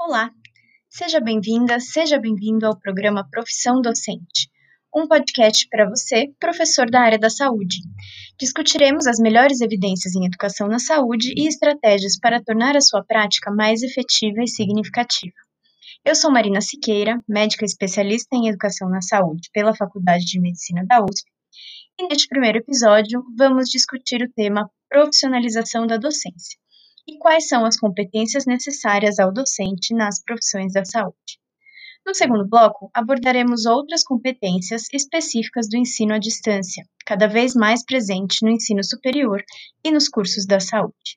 Olá, seja bem-vinda, seja bem-vindo ao programa Profissão Docente, um podcast para você, professor da área da saúde. Discutiremos as melhores evidências em educação na saúde e estratégias para tornar a sua prática mais efetiva e significativa. Eu sou Marina Siqueira, médica especialista em educação na saúde pela Faculdade de Medicina da USP, e neste primeiro episódio vamos discutir o tema profissionalização da docência e quais são as competências necessárias ao docente nas profissões da saúde. No segundo bloco, abordaremos outras competências específicas do ensino à distância, cada vez mais presente no ensino superior e nos cursos da saúde.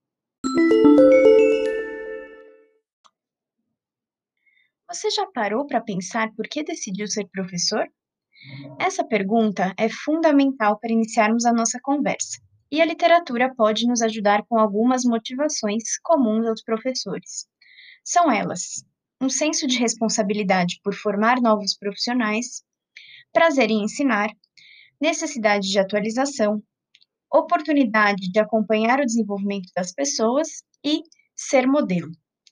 Você já parou para pensar por que decidiu ser professor? Essa pergunta é fundamental para iniciarmos a nossa conversa, e a literatura pode nos ajudar com algumas motivações comuns aos professores. São elas: um senso de responsabilidade por formar novos profissionais, prazer em ensinar, necessidade de atualização, oportunidade de acompanhar o desenvolvimento das pessoas e ser modelo.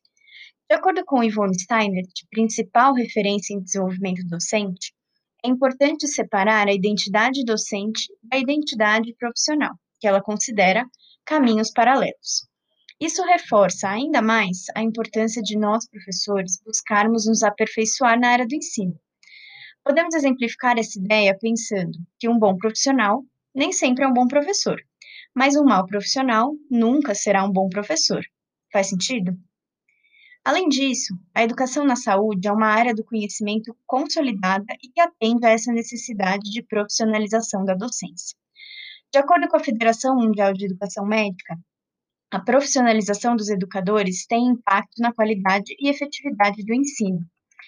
De acordo com Yvonne Steinert, principal referência em desenvolvimento docente, é importante separar a identidade docente da identidade profissional, que ela considera caminhos paralelos. Isso reforça ainda mais a importância de nós, professores, buscarmos nos aperfeiçoar na área do ensino. Podemos exemplificar essa ideia pensando que um bom profissional nem sempre é um bom professor, mas um mau profissional nunca será um bom professor. Faz sentido? Além disso, a educação na saúde é uma área do conhecimento consolidada e que atende a essa necessidade de profissionalização da docência. De acordo com a Federação Mundial de Educação Médica, a profissionalização dos educadores tem impacto na qualidade e efetividade do ensino.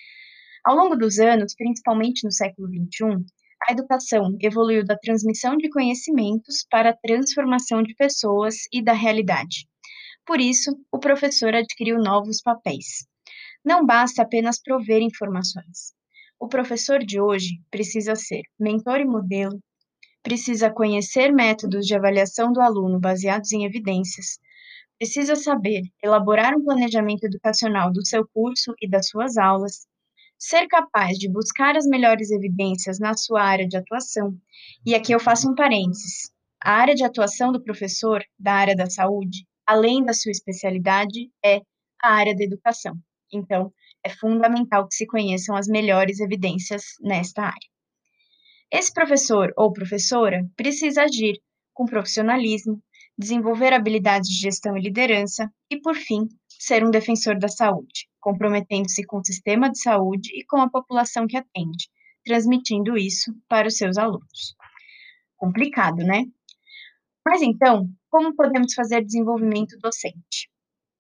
Ao longo dos anos, principalmente no século XXI, a educação evoluiu da transmissão de conhecimentos para a transformação de pessoas e da realidade. Por isso, o professor adquiriu novos papéis. Não basta apenas prover informações. O professor de hoje precisa ser mentor e modelo, precisa conhecer métodos de avaliação do aluno baseados em evidências, precisa saber elaborar um planejamento educacional do seu curso e das suas aulas, ser capaz de buscar as melhores evidências na sua área de atuação. E aqui eu faço um parênteses. A área de atuação do professor, da área da saúde, além da sua especialidade, é a área da educação. Então, é fundamental que se conheçam as melhores evidências nesta área. Esse professor ou professora precisa agir com profissionalismo, desenvolver habilidades de gestão e liderança e, por fim, ser um defensor da saúde, comprometendo-se com o sistema de saúde e com a população que atende, transmitindo isso para os seus alunos. Complicado, né? Mas então, como podemos fazer desenvolvimento docente?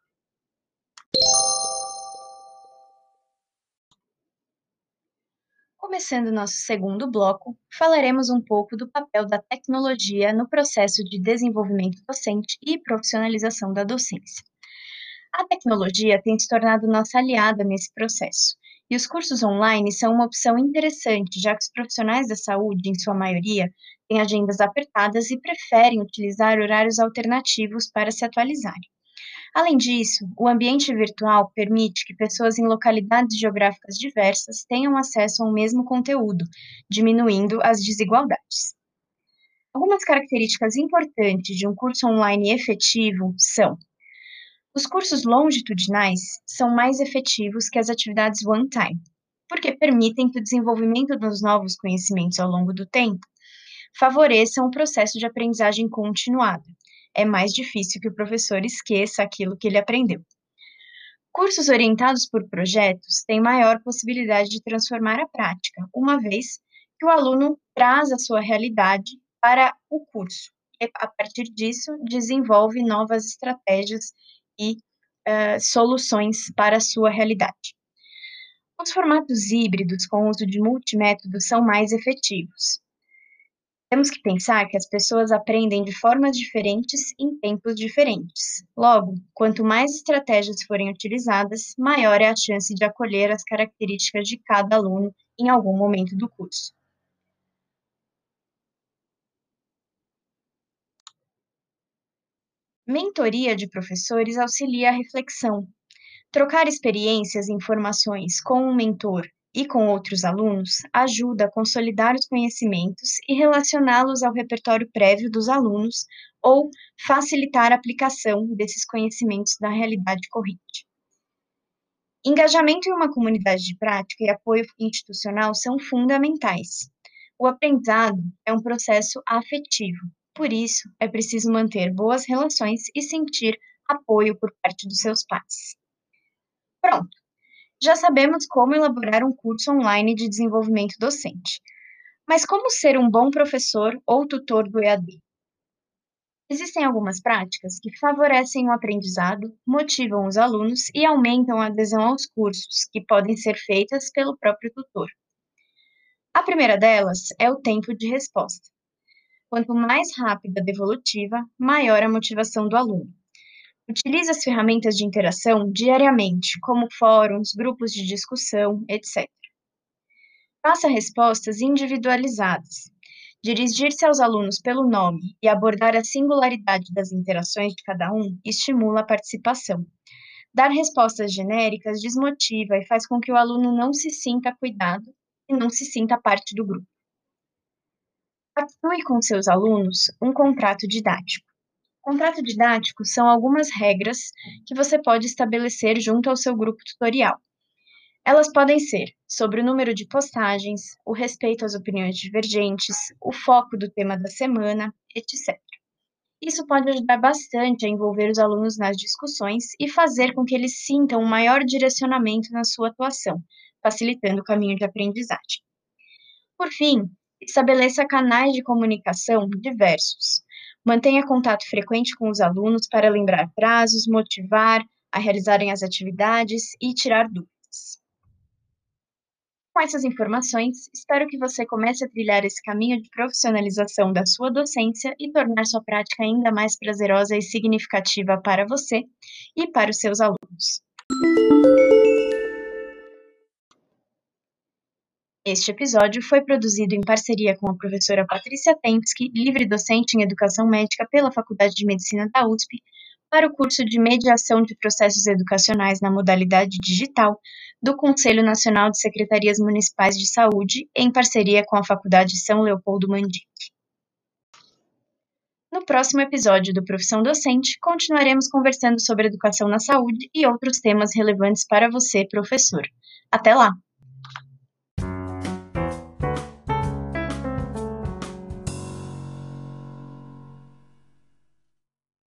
Começando nosso segundo bloco, falaremos um pouco do papel da tecnologia no processo de desenvolvimento docente e profissionalização da docência. A tecnologia tem se tornado nossa aliada nesse processo, e os cursos online são uma opção interessante, já que os profissionais da saúde, em sua maioria, têm agendas apertadas e preferem utilizar horários alternativos para se atualizarem. Além disso, o ambiente virtual permite que pessoas em localidades geográficas diversas tenham acesso ao mesmo conteúdo, diminuindo as desigualdades. Algumas características importantes de um curso online efetivo são: os cursos longitudinais são mais efetivos que as atividades one-time, porque permitem que o desenvolvimento dos novos conhecimentos ao longo do tempo favoreçam o processo de aprendizagem continuada. É mais difícil que o professor esqueça aquilo que ele aprendeu. Cursos orientados por projetos têm maior possibilidade de transformar a prática, uma vez que o aluno traz a sua realidade para o curso. E, a partir disso, desenvolve novas estratégias e soluções para a sua realidade. Os formatos híbridos com o uso de multimétodos são mais efetivos. Temos que pensar que as pessoas aprendem de formas diferentes em tempos diferentes. Logo, quanto mais estratégias forem utilizadas, maior é a chance de acolher as características de cada aluno em algum momento do curso. Mentoria de professores auxilia a reflexão. Trocar experiências e informações com um mentor e com outros alunos ajuda a consolidar os conhecimentos e relacioná-los ao repertório prévio dos alunos ou facilitar a aplicação desses conhecimentos na realidade corrente. Engajamento em uma comunidade de prática e apoio institucional são fundamentais. O aprendizado é um processo afetivo, por isso é preciso manter boas relações e sentir apoio por parte dos seus pais. Pronto, já sabemos como elaborar um curso online de desenvolvimento docente. Mas como ser um bom professor ou tutor do EAD? Existem algumas práticas que favorecem o aprendizado, motivam os alunos e aumentam a adesão aos cursos, que podem ser feitas pelo próprio tutor. A primeira delas é o tempo de resposta. Quanto mais rápida a devolutiva, maior a motivação do aluno. Utilize as ferramentas de interação diariamente, como fóruns, grupos de discussão, etc. Faça respostas individualizadas. Dirigir-se aos alunos pelo nome e abordar a singularidade das interações de cada um estimula a participação. Dar respostas genéricas desmotiva e faz com que o aluno não se sinta cuidado e não se sinta parte do grupo. Atue com seus alunos um contrato didático. Contrato didático são algumas regras que você pode estabelecer junto ao seu grupo tutorial. Elas podem ser sobre o número de postagens, o respeito às opiniões divergentes, o foco do tema da semana, etc. Isso pode ajudar bastante a envolver os alunos nas discussões e fazer com que eles sintam um maior direcionamento na sua atuação, facilitando o caminho de aprendizagem. Por fim, estabeleça canais de comunicação diversos. Mantenha contato frequente com os alunos para lembrar prazos, motivar a realizarem as atividades e tirar dúvidas. Com essas informações, espero que você comece a trilhar esse caminho de profissionalização da sua docência e tornar sua prática ainda mais prazerosa e significativa para você e para os seus alunos. Este episódio foi produzido em parceria com a professora Patrícia Tempsky, livre docente em Educação Médica pela Faculdade de Medicina da USP, para o curso de Mediação de Processos Educacionais na modalidade digital do Conselho Nacional de Secretarias Municipais de Saúde, em parceria com a Faculdade São Leopoldo Mandic. No próximo episódio do Profissão Docente, continuaremos conversando sobre educação na saúde e outros temas relevantes para você, professor. Até lá!